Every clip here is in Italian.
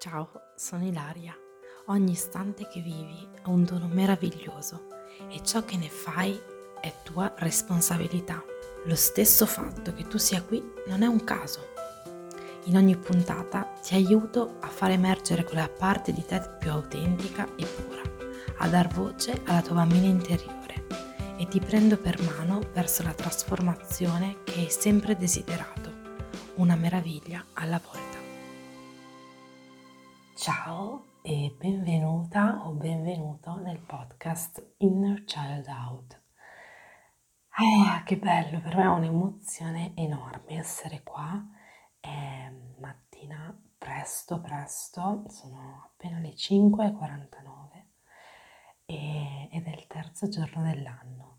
Ciao, sono Ilaria. Ogni istante che vivi ha un dono meraviglioso e ciò che ne fai è tua responsabilità. Lo stesso fatto che tu sia qui non è un caso. In ogni puntata ti aiuto a far emergere quella parte di te più autentica e pura, a dar voce alla tua bambina interiore e ti prendo per mano verso la trasformazione che hai sempre desiderato, una meraviglia alla volta. Ciao e benvenuta o benvenuto nel podcast Inner Child Out. Che bello, per me è un'emozione enorme essere qua. È mattina presto, sono appena le 5:49 ed è il terzo giorno dell'anno.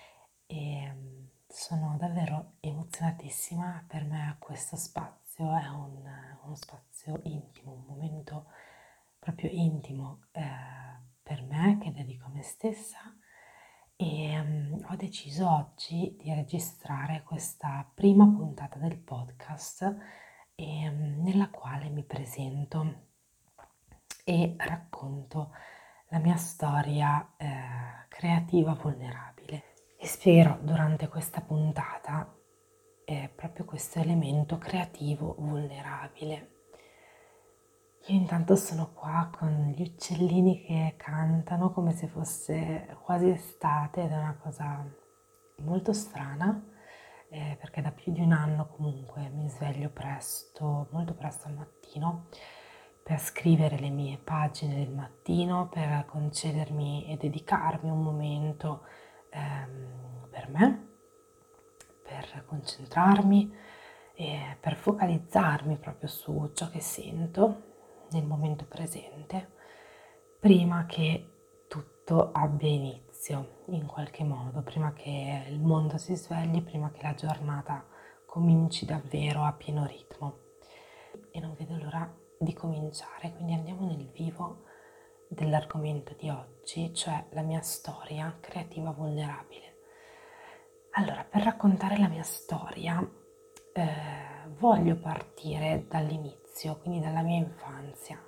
Sono davvero emozionatissima. Per me questo spazio è uno spazio intimo, un momento proprio intimo per me che dedico a me stessa e ho deciso oggi di registrare questa prima puntata del podcast nella quale mi presento e racconto la mia storia creativa vulnerabile e spiegherò durante questa puntata proprio questo elemento creativo vulnerabile. Io intanto sono qua con gli uccellini che cantano come se fosse quasi estate ed è una cosa molto strana perché da più di un anno comunque mi sveglio presto, molto presto al mattino per scrivere le mie pagine del mattino, per concedermi e dedicarmi un momento per me, per concentrarmi e per focalizzarmi proprio su ciò che sento nel momento presente, prima che tutto abbia inizio in qualche modo, prima che il mondo si svegli, prima che la giornata cominci davvero a pieno ritmo. E non vedo l'ora di cominciare, quindi andiamo nel vivo dell'argomento di oggi, cioè la mia storia creativa vulnerabile. Allora, per raccontare la mia storia voglio partire dall'inizio, quindi dalla mia infanzia,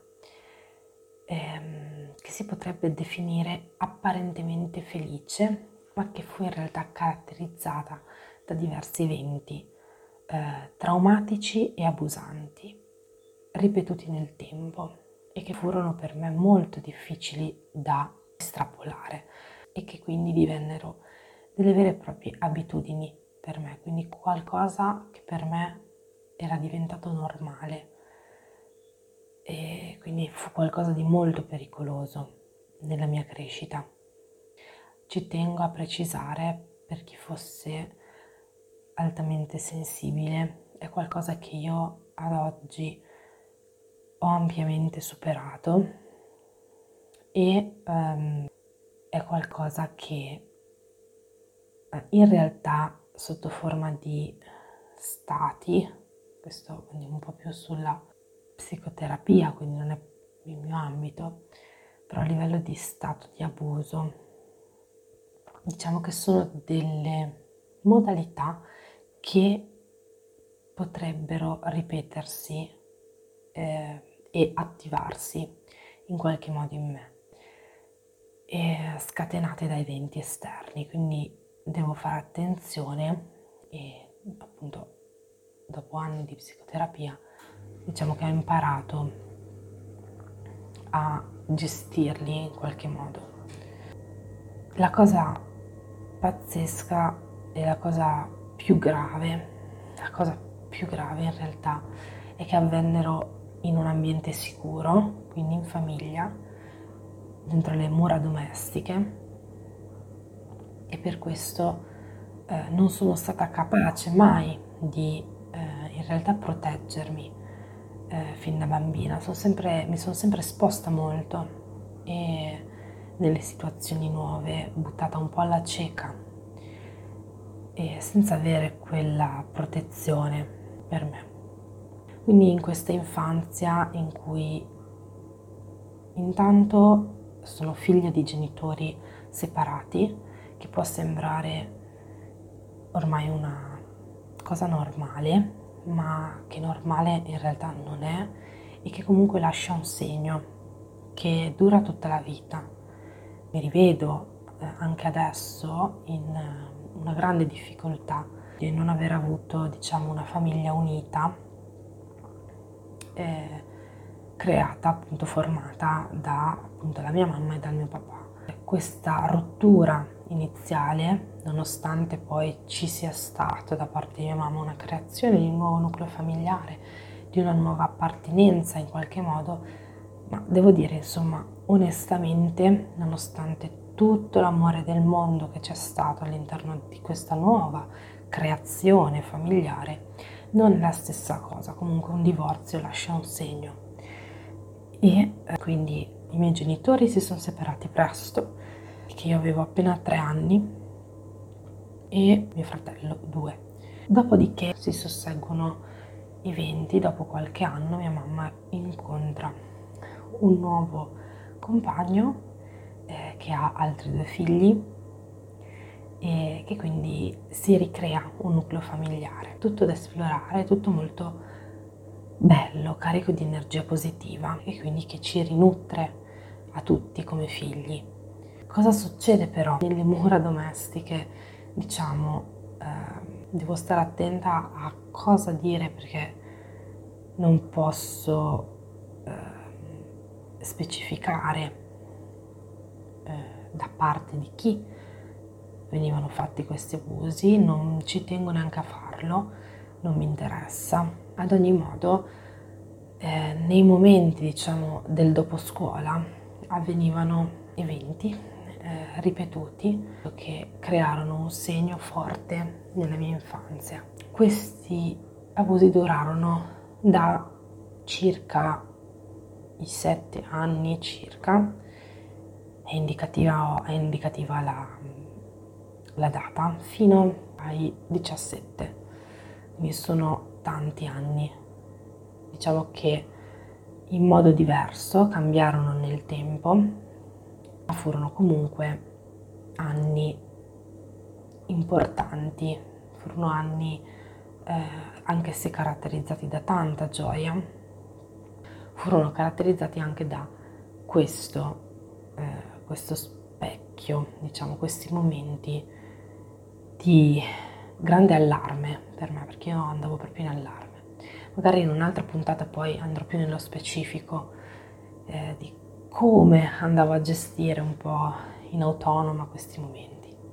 che si potrebbe definire apparentemente felice, ma che fu in realtà caratterizzata da diversi eventi traumatici e abusanti, ripetuti nel tempo e che furono per me molto difficili da estrapolare e che quindi divennero delle vere e proprie abitudini per me, quindi qualcosa che per me era diventato normale e quindi fu qualcosa di molto pericoloso nella mia crescita. Ci tengo a precisare, per chi fosse altamente sensibile, è qualcosa che io ad oggi ho ampiamente superato e è qualcosa che in realtà sotto forma di stati, questo andiamo un po' più sulla psicoterapia, quindi non è il mio ambito, però a livello di stato di abuso, diciamo che sono delle modalità che potrebbero ripetersi e attivarsi in qualche modo in me, scatenate da eventi esterni, quindi devo fare attenzione e appunto dopo anni di psicoterapia diciamo che ho imparato a gestirli in qualche modo. La cosa pazzesca e la cosa più grave in realtà è che avvennero in un ambiente sicuro, quindi in famiglia, dentro le mura domestiche, e per questo non sono stata capace mai di in realtà proteggermi fin da bambina. Mi sono sempre esposta molto e nelle situazioni nuove, buttata un po' alla cieca e senza avere quella protezione per me. Quindi in questa infanzia in cui intanto sono figlia di genitori separati, che può sembrare ormai una cosa normale, ma che normale in realtà non è e che comunque lascia un segno che dura tutta la vita. Mi rivedo anche adesso in una grande difficoltà di non aver avuto, diciamo, una famiglia unita, creata, appunto, formata da appunto la mia mamma e dal mio papà. Questa rottura iniziale, nonostante poi ci sia stata da parte di mia mamma una creazione di un nuovo nucleo familiare, di una nuova appartenenza in qualche modo, ma devo dire, insomma, onestamente, nonostante tutto l'amore del mondo che c'è stato all'interno di questa nuova creazione familiare, non è la stessa cosa. Comunque un divorzio lascia un segno e quindi i miei genitori si sono separati presto, che io avevo appena 3 anni e mio fratello 2. Dopodiché si susseguono eventi. Dopo qualche anno mia mamma incontra un nuovo compagno che ha altri 2 figli e che quindi si ricrea un nucleo familiare, tutto da esplorare, tutto molto bello, carico di energia positiva e quindi che ci rinutre a tutti come figli. Cosa succede però nelle mura domestiche? Diciamo, devo stare attenta a cosa dire perché non posso specificare da parte di chi venivano fatti questi abusi, non ci tengo neanche a farlo, non mi interessa. Ad ogni modo, nei momenti, diciamo, del dopo scuola avvenivano eventi ripetuti che crearono un segno forte nella mia infanzia. Questi abusi durarono da circa i 7 anni circa, è indicativa la data, fino ai 17, quindi sono tanti anni. Diciamo che in modo diverso cambiarono nel tempo, ma furono comunque anni importanti, furono anni anche se caratterizzati da tanta gioia, furono caratterizzati anche da questo specchio, diciamo, questi momenti di grande allarme per me, perché io andavo proprio in allarme. Magari in un'altra puntata poi andrò più nello specifico di come andavo a gestire un po' in autonoma questi momenti.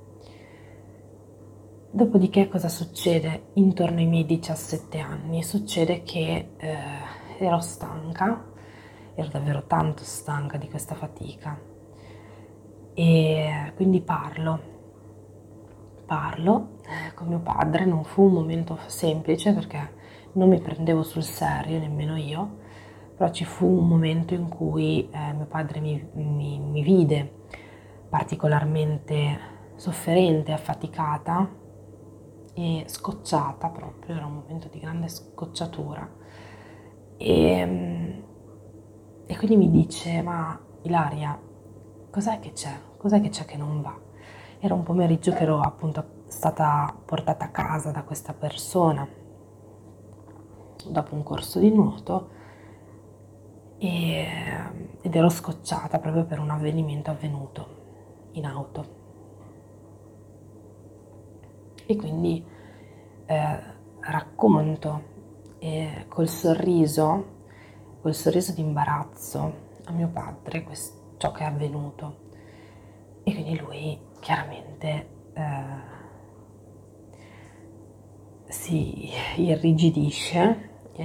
Dopodiché cosa succede intorno ai miei 17 anni? Succede che ero stanca, ero davvero tanto stanca di questa fatica e quindi parlo con mio padre. Non fu un momento semplice perché non mi prendevo sul serio nemmeno io, però ci fu un momento in cui mio padre mi vide particolarmente sofferente, affaticata e scocciata proprio, era un momento di grande scocciatura e quindi mi dice: ma Ilaria, cos'è che c'è? Cos'è che non va? Era un pomeriggio che ero appunto stata portata a casa da questa persona dopo un corso di nuoto ed ero scocciata proprio per un avvenimento avvenuto in auto. E quindi racconto col sorriso di imbarazzo a mio padre ciò che è avvenuto. E quindi lui chiaramente si irrigidisce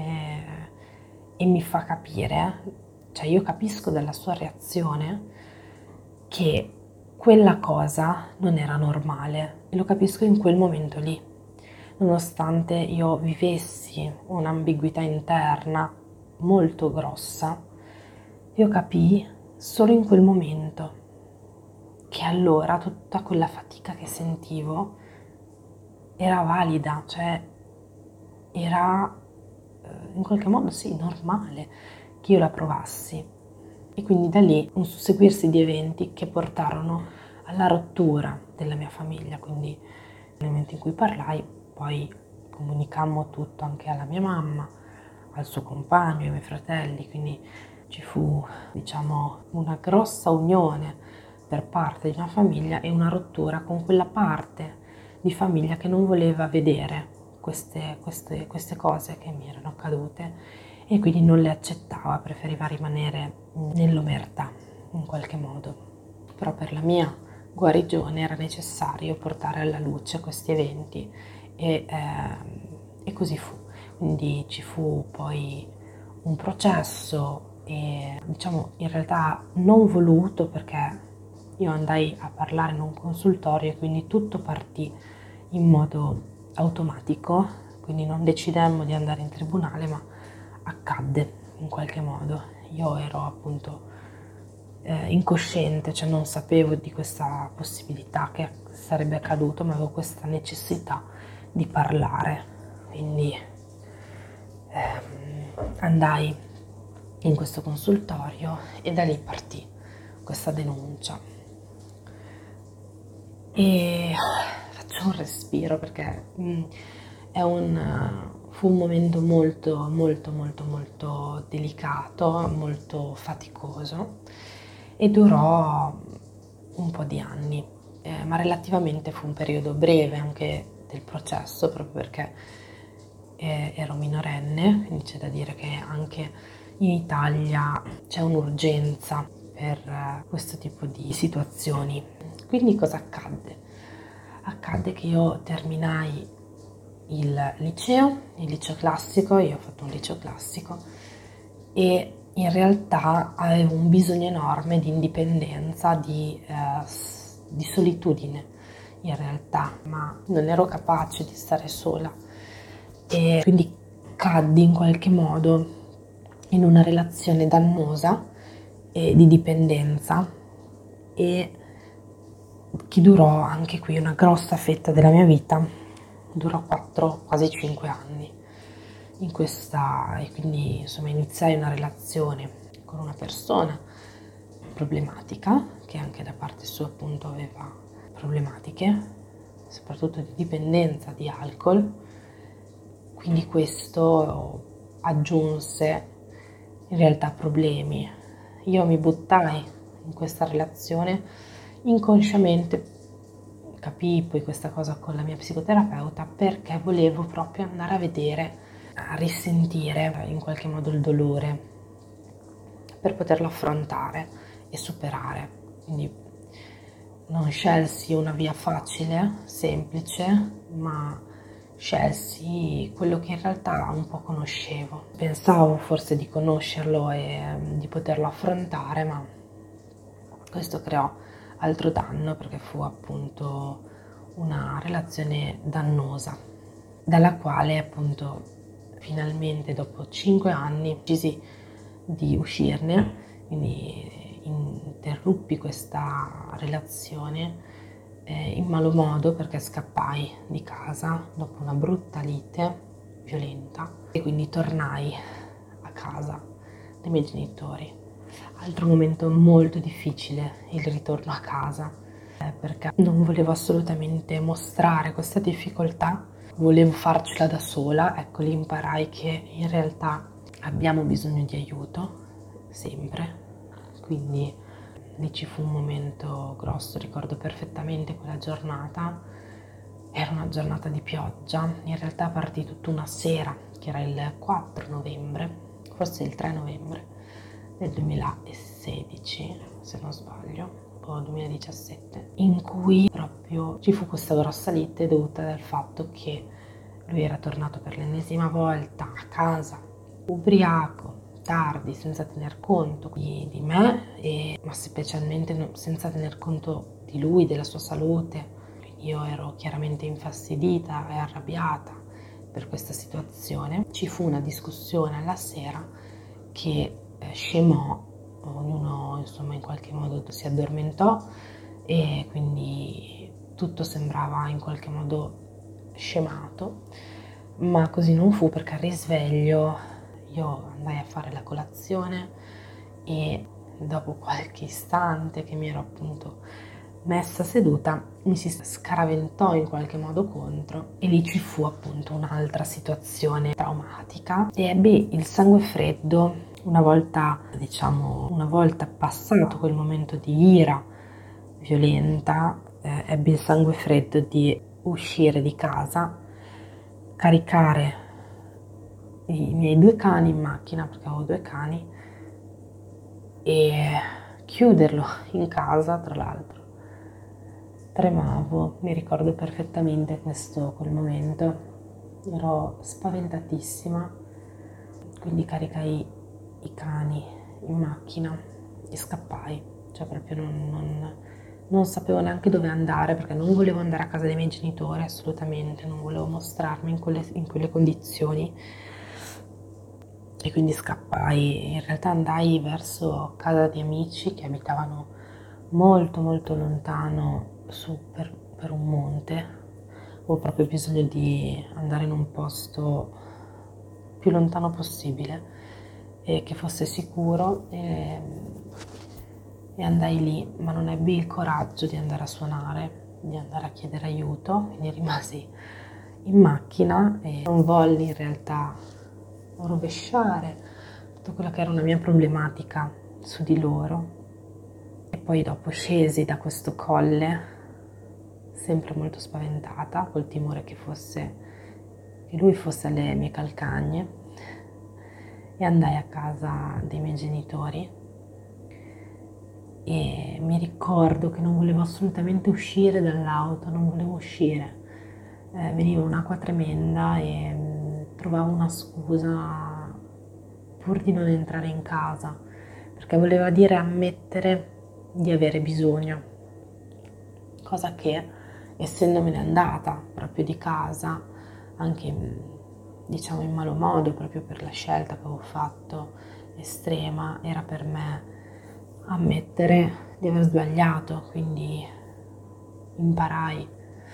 e mi fa capire, cioè io capisco dalla sua reazione che quella cosa non era normale e lo capisco in quel momento lì, nonostante io vivessi un'ambiguità interna molto grossa. Io capii solo in quel momento che allora tutta quella fatica che sentivo era valida, cioè era in qualche modo sì, normale che io la provassi. E quindi da lì un susseguirsi di eventi che portarono alla rottura della mia famiglia. Quindi nel momento in cui parlai, poi comunicammo tutto anche alla mia mamma, al suo compagno, ai miei fratelli, quindi ci fu, diciamo, una grossa unione per parte di una famiglia e una rottura con quella parte di famiglia che non voleva vedere queste cose che mi erano accadute e quindi non le accettava, preferiva rimanere nell'omertà in qualche modo. Però per la mia guarigione era necessario portare alla luce questi eventi e così fu. Quindi ci fu poi un processo e diciamo in realtà non voluto, perché io andai a parlare in un consultorio e quindi tutto partì in modo automatico, quindi non decidemmo di andare in tribunale, ma accadde in qualche modo. Io ero appunto incosciente, cioè non sapevo di questa possibilità che sarebbe accaduto, ma avevo questa necessità di parlare. Quindi andai in questo consultorio e da lì partì questa denuncia. E faccio un respiro perché fu un momento molto molto molto molto delicato, molto faticoso e durò un po' di anni, ma relativamente fu un periodo breve anche del processo, proprio perché ero minorenne, quindi c'è da dire che anche in Italia c'è un'urgenza per questo tipo di situazioni. Quindi cosa accadde? Accadde che io terminai il liceo classico, io ho fatto un liceo classico e in realtà avevo un bisogno enorme di indipendenza, di solitudine in realtà, ma non ero capace di stare sola e quindi caddi in qualche modo in una relazione dannosa e di dipendenza e che durò anche qui una grossa fetta della mia vita, durò 4, quasi 5 anni in questa, e quindi insomma iniziai una relazione con una persona problematica che anche da parte sua appunto aveva problematiche soprattutto di dipendenza di alcol, quindi questo aggiunse in realtà problemi. Io mi buttai in questa relazione inconsciamente, capii poi questa cosa con la mia psicoterapeuta perché volevo proprio andare a vedere, a risentire in qualche modo il dolore per poterlo affrontare e superare. Quindi non scelsi una via facile, semplice, ma scelsi quello che in realtà un po' conoscevo. Pensavo forse di conoscerlo e di poterlo affrontare, ma questo creò altro danno perché fu appunto una relazione dannosa, dalla quale appunto finalmente dopo 5 anni decisi di uscirne, quindi interruppi questa relazione in malo modo perché scappai di casa dopo una brutta lite violenta e quindi tornai a casa dei miei genitori. Altro momento molto difficile, il ritorno a casa, perché non volevo assolutamente mostrare questa difficoltà, volevo farcela da sola. Ecco, lì imparai che in realtà abbiamo bisogno di aiuto, sempre, quindi lì ci fu un momento grosso, ricordo perfettamente quella giornata, era una giornata di pioggia, in realtà partì tutta una sera, che era il 4 novembre, forse il 3 novembre del 2016, se non sbaglio, o 2017, in cui proprio ci fu questa grossa lite dovuta dal fatto che lui era tornato per l'ennesima volta a casa, ubriaco, tardi, senza tener conto di me, ma specialmente senza tener conto di lui, della sua salute. Io ero chiaramente infastidita e arrabbiata per questa situazione. Ci fu una discussione alla sera che scemò, ognuno insomma in qualche modo si addormentò e quindi tutto sembrava in qualche modo scemato, ma così non fu perché al risveglio io andai a fare la colazione e dopo qualche istante che mi ero appunto messa seduta mi si scaraventò in qualche modo contro e lì ci fu appunto un'altra situazione traumatica e ebbi il sangue freddo una volta passato quel momento di ira violenta, ebbi il sangue freddo di uscire di casa, caricare i miei 2 cani in macchina, perché avevo 2 cani, e chiuderlo in casa, tra l'altro. Tremavo, mi ricordo perfettamente quel momento, ero spaventatissima, quindi caricai i cani in macchina e scappai, cioè proprio non sapevo neanche dove andare perché non volevo andare a casa dei miei genitori, assolutamente, non volevo mostrarmi in quelle condizioni e quindi scappai. In realtà andai verso casa di amici che abitavano molto molto lontano per un monte. Avevo proprio bisogno di andare in un posto più lontano possibile e che fosse sicuro e andai lì, ma non ebbi il coraggio di andare a suonare, di andare a chiedere aiuto, quindi rimasi in macchina e non volli in realtà rovesciare tutto quello che era una mia problematica su di loro. E poi dopo scesi da questo colle, sempre molto spaventata, col timore che lui fosse alle mie calcagne, e andai a casa dei miei genitori e mi ricordo che non volevo assolutamente uscire dall'auto, non volevo uscire. Veniva un'acqua tremenda e trovavo una scusa pur di non entrare in casa, perché voleva dire ammettere di avere bisogno, cosa che, essendomene andata proprio di casa, anche diciamo in malo modo, proprio per la scelta che avevo fatto estrema, era per me ammettere di aver sbagliato, quindi imparai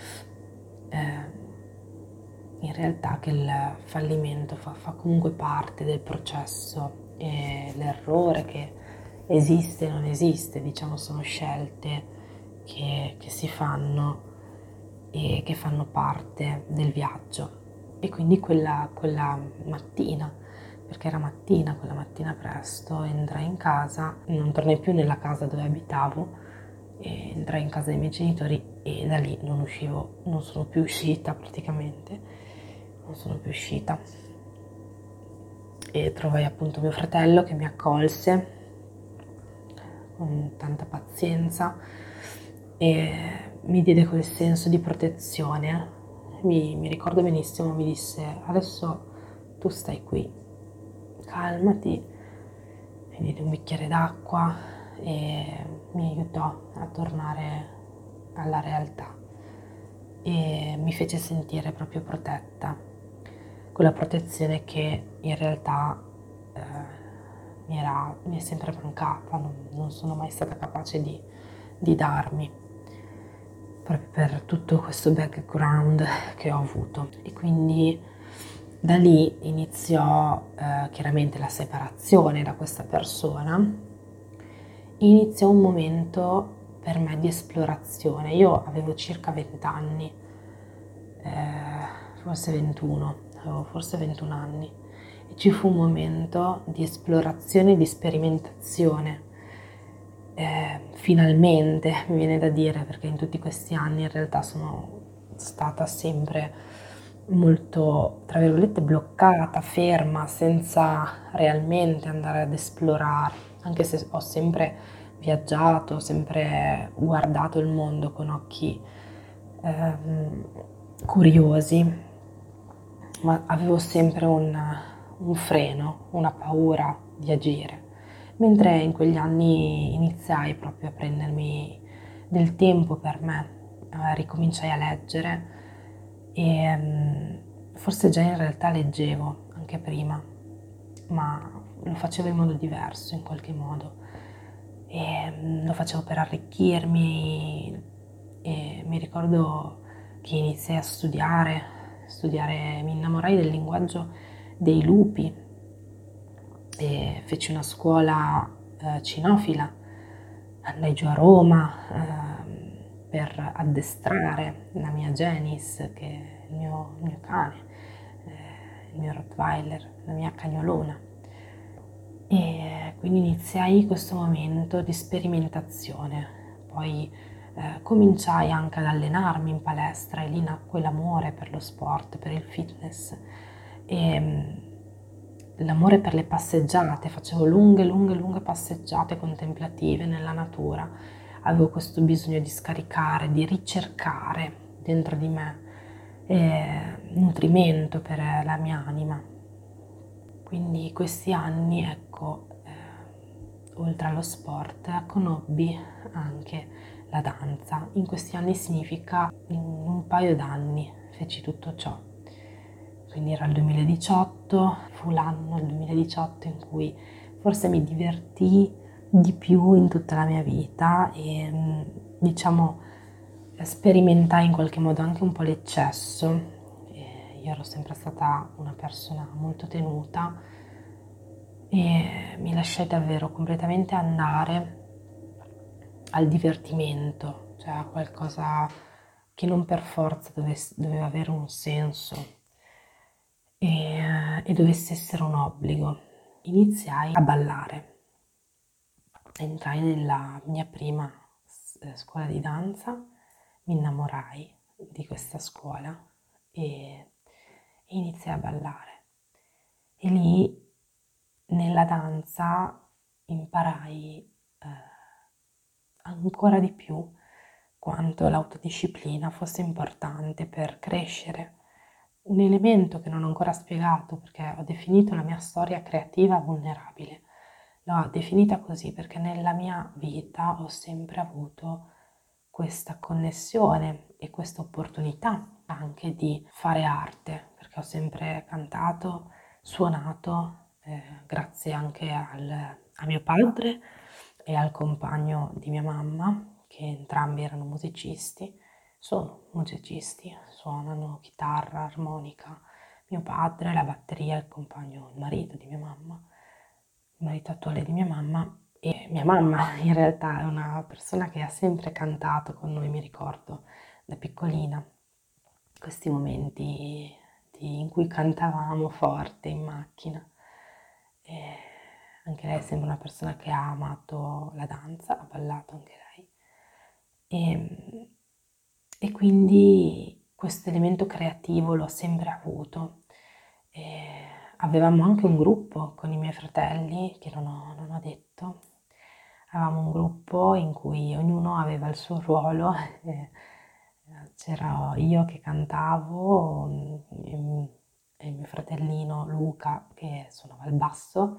in realtà che il fallimento fa comunque parte del processo e l'errore che esiste e non esiste, diciamo, sono scelte che si fanno e che fanno parte del viaggio. E quindi quella mattina, perché era mattina, quella mattina presto, entrai in casa, non tornai più nella casa dove abitavo, e entrai in casa dei miei genitori e da lì non sono più uscita praticamente, non sono più uscita. E trovai appunto mio fratello che mi accolse con tanta pazienza e mi diede quel senso di protezione. Mi ricordo benissimo, mi disse: adesso tu stai qui, calmati, mi diede un bicchiere d'acqua e mi aiutò a tornare alla realtà e mi fece sentire proprio protetta, quella protezione che in realtà mi è sempre mancata, non sono mai stata capace di darmi, proprio per tutto questo background che ho avuto. E quindi da lì iniziò chiaramente la separazione da questa persona, iniziò un momento per me di esplorazione. Io avevo circa 20 anni, forse 21, avevo forse 21 anni, e ci fu un momento di esplorazione e di sperimentazione. Finalmente, mi viene da dire, perché in tutti questi anni in realtà sono stata sempre molto, tra virgolette, bloccata, ferma, senza realmente andare ad esplorare, anche se ho sempre viaggiato, ho sempre guardato il mondo con occhi curiosi, ma avevo sempre un freno, una paura di agire. Mentre in quegli anni iniziai proprio a prendermi del tempo per me, ricominciai a leggere e forse già in realtà leggevo anche prima, ma lo facevo in modo diverso, in qualche modo, e lo facevo per arricchirmi e mi ricordo che iniziai a studiare, mi innamorai del linguaggio dei lupi e feci una scuola cinofila, andai giù a Roma, per addestrare la mia Janice, che è il mio cane, il mio Rottweiler, la mia cagnolona. E quindi iniziai questo momento di sperimentazione. Poi cominciai anche ad allenarmi in palestra e lì nacque l'amore per lo sport, per il fitness e l'amore per le passeggiate. Facevo lunghe, lunghe, lunghe passeggiate contemplative nella natura. Avevo questo bisogno di scaricare, di ricercare dentro di me nutrimento per la mia anima. Quindi questi anni, ecco, oltre allo sport, conobbi anche la danza. In questi anni significa in un paio d'anni feci tutto ciò. Quindi era il 2018, fu l'anno, il 2018, in cui forse mi divertii di più in tutta la mia vita e diciamo sperimentai in qualche modo anche un po' l'eccesso. Io ero sempre stata una persona molto tenuta e mi lasciai davvero completamente andare al divertimento, cioè a qualcosa che non per forza doveva avere un senso e dovesse essere un obbligo. Iniziai a ballare. Entrai nella mia prima scuola di danza, mi innamorai di questa scuola e iniziai a ballare. E lì nella danza imparai ancora di più quanto l'autodisciplina fosse importante per crescere. Un elemento che non ho ancora spiegato perché ho definito la mia storia creativa vulnerabile. L'ho definita così perché nella mia vita ho sempre avuto questa connessione e questa opportunità anche di fare arte, perché ho sempre cantato, suonato, grazie anche a mio padre e al compagno di mia mamma, che entrambi erano musicisti, sono musicisti, suonano chitarra, armonica. Mio padre, la batteria, il compagno, il marito di mia mamma, il marito attuale di mia mamma. E mia mamma in realtà è una persona che ha sempre cantato con noi, mi ricordo da piccolina, questi momenti in cui cantavamo forte in macchina. E anche lei sembra una persona che ha amato la danza, ha ballato anche lei. E quindi questo elemento creativo l'ho sempre avuto. E avevamo anche un gruppo con i miei fratelli, che non ho detto. Avevamo un gruppo in cui ognuno aveva il suo ruolo. C'era io che cantavo e mio fratellino Luca che suonava il basso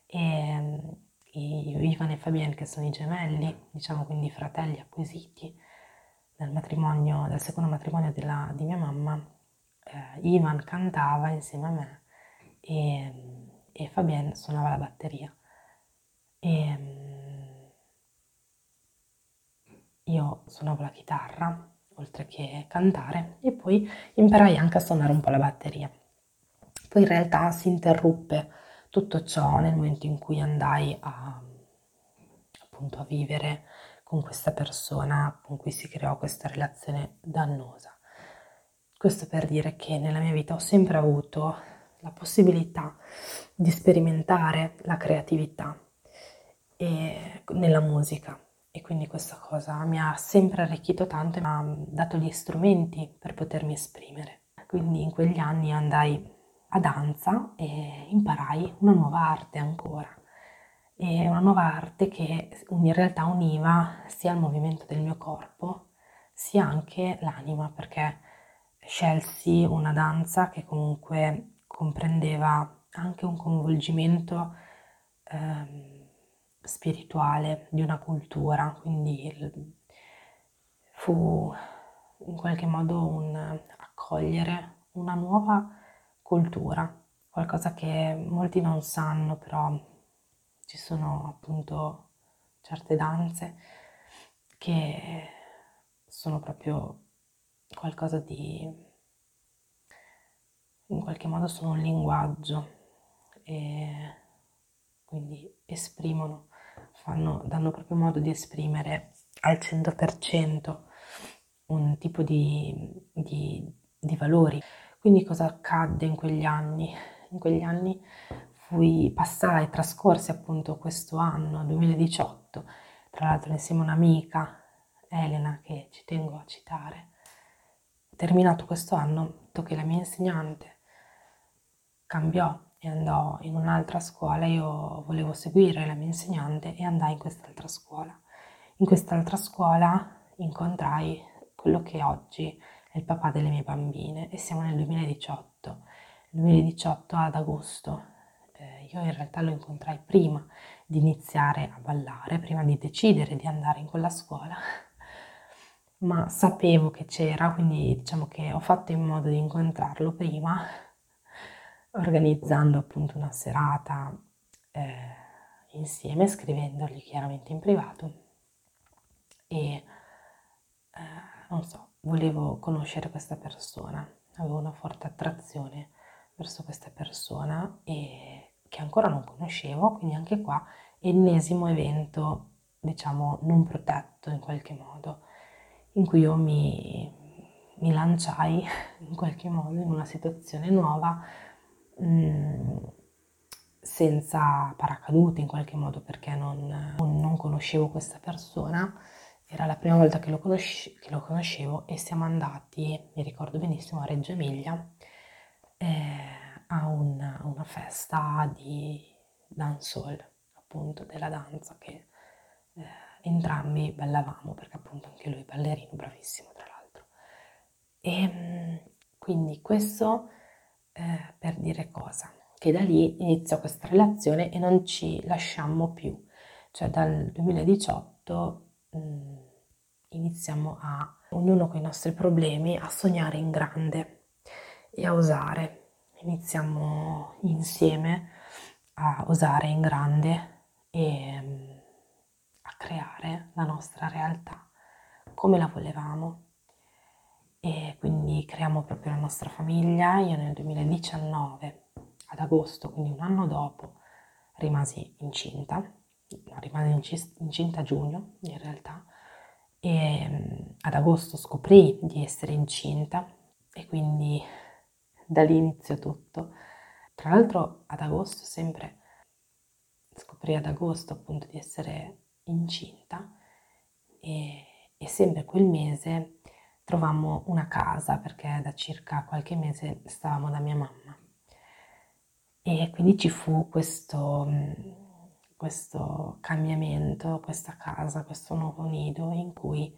e Ivan e Fabienne che sono i gemelli, diciamo quindi i fratelli acquisiti dal secondo matrimonio di mia mamma. Ivan cantava insieme a me e Fabienne suonava la batteria. E io suonavo la chitarra oltre che cantare e poi imparai anche a suonare un po' la batteria. Poi in realtà si interruppe tutto ciò nel momento in cui andai appunto a vivere con questa persona con cui si creò questa relazione dannosa. Questo per dire che nella mia vita ho sempre avuto la possibilità di sperimentare la creatività nella musica e quindi questa cosa mi ha sempre arricchito tanto e mi ha dato gli strumenti per potermi esprimere. Quindi in quegli anni andai a danza e imparai una nuova arte ancora. E una nuova arte che in realtà univa sia il movimento del mio corpo sia anche l'anima, perché scelsi una danza che comunque comprendeva anche un coinvolgimento spirituale di una cultura, quindi fu in qualche modo un accogliere una nuova cultura, qualcosa che molti non sanno, però ci sono appunto certe danze che sono proprio qualcosa in qualche modo sono un linguaggio e quindi danno proprio modo di esprimere al 100% un tipo di valori. Quindi cosa accadde in quegli anni? In quegli anni trascorsi appunto questo anno 2018, tra l'altro insieme a un'amica, Elena, che ci tengo a citare. Terminato questo anno, tocché la mia insegnante cambiò e andò in un'altra scuola. Io volevo seguire la mia insegnante e andai in quest'altra scuola. In quest'altra scuola incontrai quello che oggi è il papà delle mie bambine e siamo nel 2018. Nel 2018 ad agosto. Io in realtà lo incontrai prima di iniziare a ballare, prima di decidere di andare in quella scuola, ma sapevo che c'era, quindi diciamo che ho fatto in modo di incontrarlo prima, organizzando appunto una serata insieme, scrivendogli chiaramente in privato e non so, volevo conoscere questa persona, avevo una forte attrazione verso questa persona e che ancora non conoscevo, quindi anche qua ennesimo evento, diciamo, non protetto in qualche modo, in cui io mi lanciai in qualche modo in una situazione nuova, senza paracadute in qualche modo, perché non conoscevo questa persona. Era la prima volta che lo conoscevo e siamo andati, mi ricordo benissimo, a Reggio Emilia, a una festa di dancehall, appunto della danza che entrambi ballavamo, perché appunto anche lui è ballerino, bravissimo tra l'altro. E quindi questo per dire cosa? Che da lì iniziò questa relazione e non ci lasciammo più, cioè dal 2018 iniziamo ognuno con i nostri problemi, a sognare in grande e a osare. Iniziamo insieme a osare in grande e a creare la nostra realtà come la volevamo. E quindi creiamo proprio la nostra famiglia. Io nel 2019, ad agosto, quindi un anno dopo, rimasi incinta, no, rimasi incinta a giugno in realtà, e ad agosto scoprì di essere incinta e quindi da lì iniziò tutto. Tra l'altro ad agosto sempre scoprì ad agosto appunto di essere incinta e sempre quel mese trovammo una casa perché da circa qualche mese stavamo da mia mamma e quindi ci fu questo cambiamento, questa casa, questo nuovo nido in cui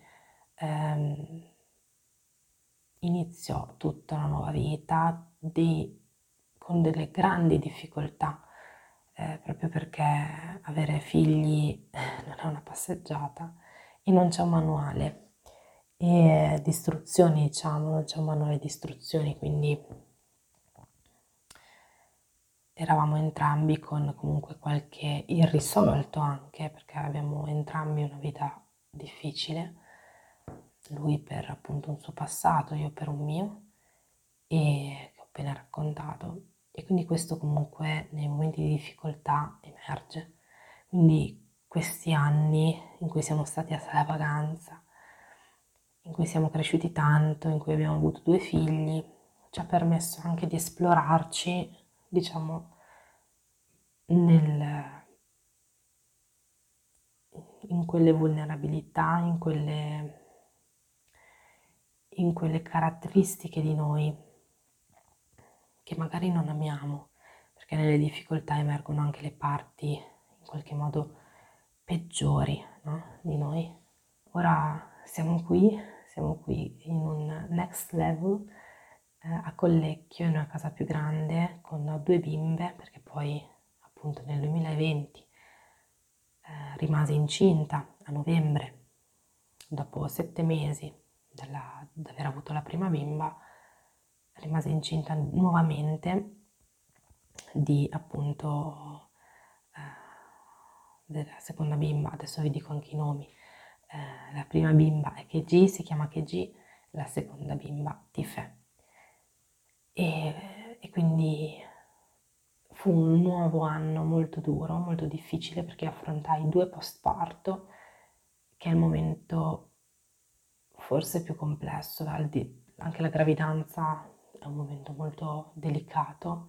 iniziò tutta una nuova vita con delle grandi difficoltà, proprio perché avere figli non è una passeggiata e non c'è un manuale e di istruzioni, diciamo, non c'è un manuale di istruzioni, quindi eravamo entrambi con comunque qualche irrisolto anche, perché abbiamo entrambi una vita difficile, lui per appunto un suo passato, io per un mio, e che ho appena raccontato. E quindi questo comunque nei momenti di difficoltà emerge. Quindi questi anni in cui siamo stati a stravaganza, in cui siamo cresciuti tanto, in cui abbiamo avuto 2 figli, ci ha permesso anche di esplorarci, diciamo, nel, in quelle vulnerabilità, in quelle caratteristiche di noi che magari non amiamo, perché nelle difficoltà emergono anche le parti in qualche modo peggiori, no? Di noi. Ora siamo qui in un next level a Collecchio, in una casa più grande con 2 bimbe, perché poi appunto nel 2020 rimasi incinta a novembre, dopo 7 mesi da aver avuto la prima bimba, rimasi incinta nuovamente di appunto della seconda bimba. Adesso vi dico anche i nomi. La prima bimba è Keji, si chiama Keji, la seconda bimba Tifè. E quindi fu un nuovo anno molto duro, molto difficile, perché affrontai 2 postparto, che al momento forse più complesso, anche la gravidanza è un momento molto delicato,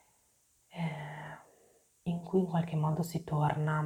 in cui in qualche modo si torna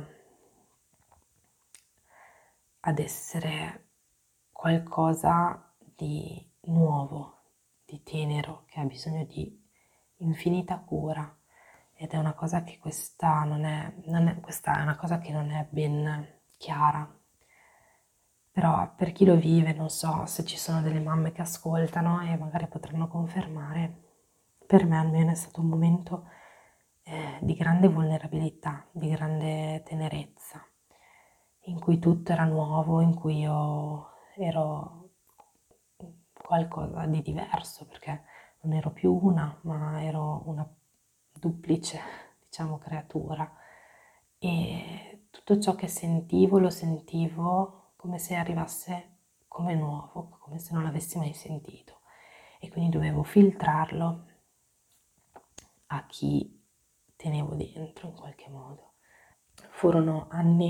ad essere qualcosa di nuovo, di tenero, che ha bisogno di infinita cura, ed è una cosa che questa è una cosa che non è ben chiara. Però per chi lo vive, non so se ci sono delle mamme che ascoltano e magari potranno confermare, per me almeno è stato un momento di grande vulnerabilità, di grande tenerezza, in cui tutto era nuovo, in cui io ero qualcosa di diverso, perché non ero più una, ma ero una duplice, diciamo, creatura. E tutto ciò che sentivo lo sentivo come se arrivasse come nuovo, come se non l'avessi mai sentito. E quindi dovevo filtrarlo a chi tenevo dentro in qualche modo. Furono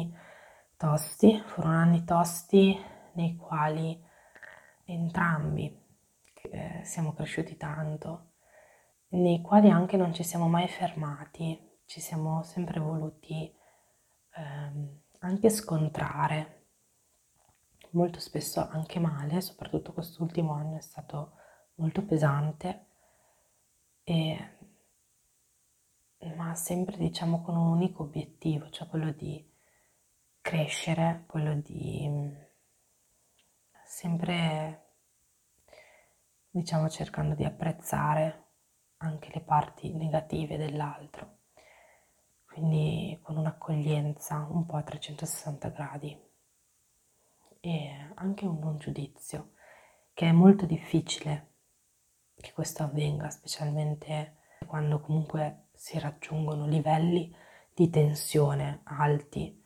anni tosti nei quali entrambi siamo cresciuti tanto, nei quali anche non ci siamo mai fermati, ci siamo sempre voluti anche scontrare, molto spesso anche male, soprattutto quest'ultimo anno è stato molto pesante, ma sempre diciamo con un unico obiettivo, cioè quello di crescere, quello di sempre diciamo cercando di apprezzare anche le parti negative dell'altro, quindi con un'accoglienza un po' a 360 gradi e anche un non giudizio, che è molto difficile che questo avvenga, specialmente quando comunque si raggiungono livelli di tensione alti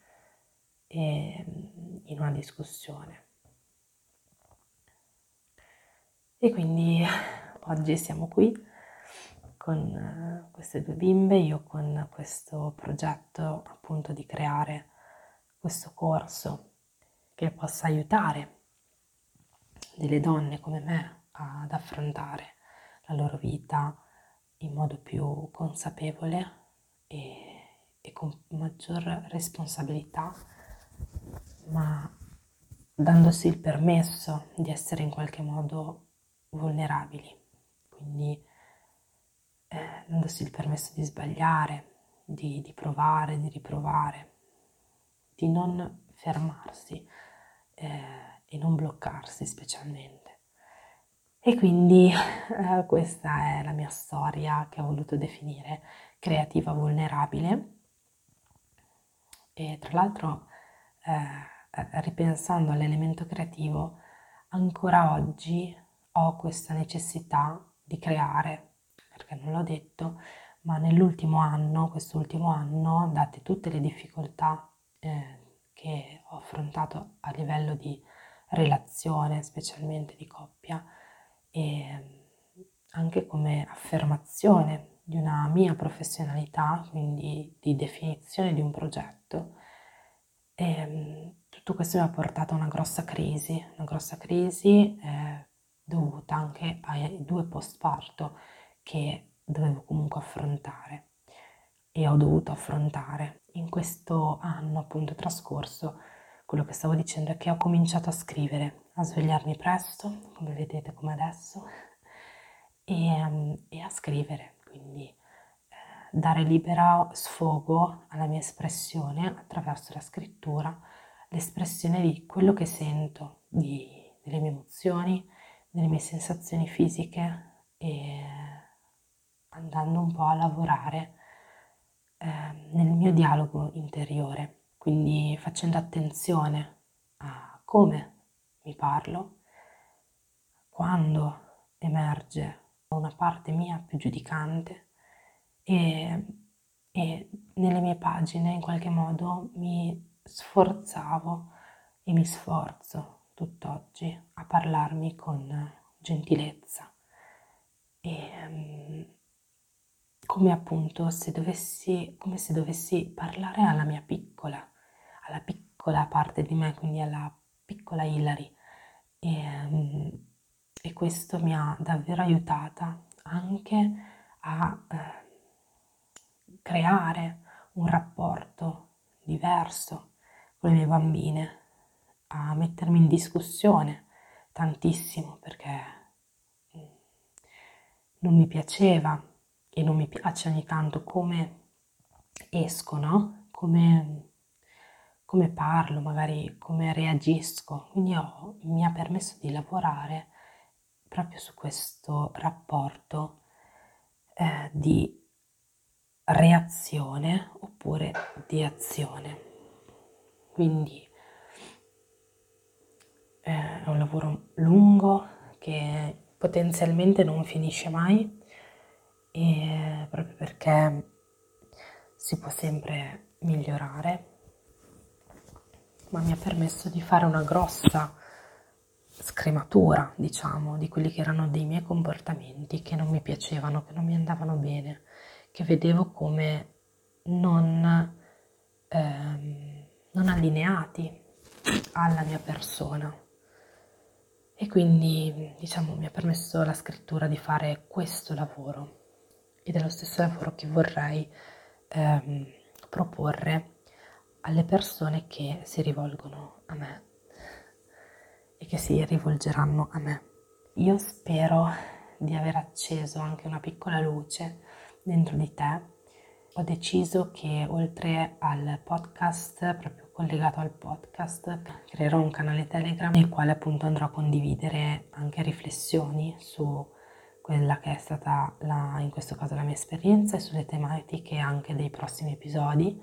in una discussione. E quindi oggi siamo qui con queste due bimbe, io con questo progetto appunto di creare questo corso che possa aiutare delle donne come me ad affrontare la loro vita in modo più consapevole e con maggior responsabilità, ma dandosi il permesso di essere in qualche modo vulnerabili, quindi dandosi il permesso di sbagliare, di provare, di riprovare, di non fermarsi e non bloccarsi specialmente. E quindi questa è la mia storia che ho voluto definire creativa vulnerabile. E tra l'altro, ripensando all'elemento creativo, ancora oggi ho questa necessità di creare, perché non l'ho detto, ma nell'ultimo anno, quest'ultimo anno, date tutte le difficoltà che ho affrontato a livello di relazione, specialmente di coppia, e anche come affermazione di una mia professionalità, quindi di definizione di un progetto. E tutto questo mi ha portato a una grossa crisi dovuta anche ai 2 postparto che dovevo comunque affrontare e ho dovuto affrontare. In questo anno appunto trascorso, quello che stavo dicendo è che ho cominciato a scrivere, a svegliarmi presto, come vedete come adesso, e a scrivere, quindi dare libera sfogo alla mia espressione attraverso la scrittura, l'espressione di quello che sento, delle mie emozioni, delle mie sensazioni fisiche e andando un po' a lavorare nel mio dialogo interiore, quindi facendo attenzione a come mi parlo, quando emerge una parte mia più giudicante e, e nelle mie pagine in qualche modo mi sforzavo e mi sforzo tutt'oggi a parlarmi con gentilezza e come appunto come se dovessi parlare alla piccola parte di me, quindi alla piccola Hilary, e, e questo mi ha davvero aiutata anche a creare un rapporto diverso con le mie bambine, a mettermi in discussione tantissimo perché mm, non mi piaceva e non mi piace ogni tanto come esco, no? Come parlo, magari come reagisco. Quindi mi ha permesso di lavorare proprio su questo rapporto di reazione oppure di azione. Quindi è un lavoro lungo che potenzialmente non finisce mai, e proprio perché si può sempre migliorare, ma mi ha permesso di fare una grossa scrematura, diciamo, di quelli che erano dei miei comportamenti che non mi piacevano, che non mi andavano bene, che vedevo come non allineati alla mia persona. E quindi, diciamo, mi ha permesso la scrittura di fare questo lavoro ed è lo stesso lavoro che vorrei proporre alle persone che si rivolgono a me e che si rivolgeranno a me. Io spero di aver acceso anche una piccola luce dentro di te. Ho deciso che oltre al podcast, proprio collegato al podcast, creerò un canale Telegram nel quale appunto andrò a condividere anche riflessioni su quella che è stata in questo caso la mia esperienza e sulle tematiche anche dei prossimi episodi.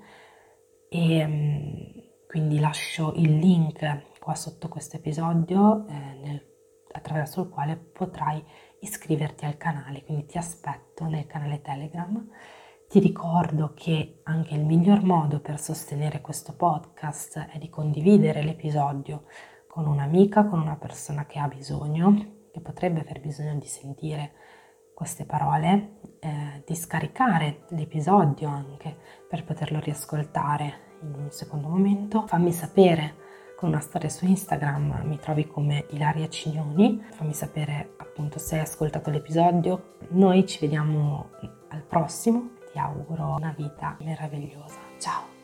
E quindi lascio il link qua sotto questo episodio attraverso il quale potrai iscriverti al canale, quindi ti aspetto nel canale Telegram. Ti ricordo che anche il miglior modo per sostenere questo podcast è di condividere l'episodio con un'amica, con una persona che ha bisogno, che potrebbe aver bisogno di sentire queste parole, di scaricare l'episodio anche per poterlo riascoltare in un secondo momento. Fammi sapere con una storia su Instagram, mi trovi come Ilaria Cignoni, fammi sapere appunto se hai ascoltato l'episodio. Noi ci vediamo al prossimo, ti auguro una vita meravigliosa, ciao!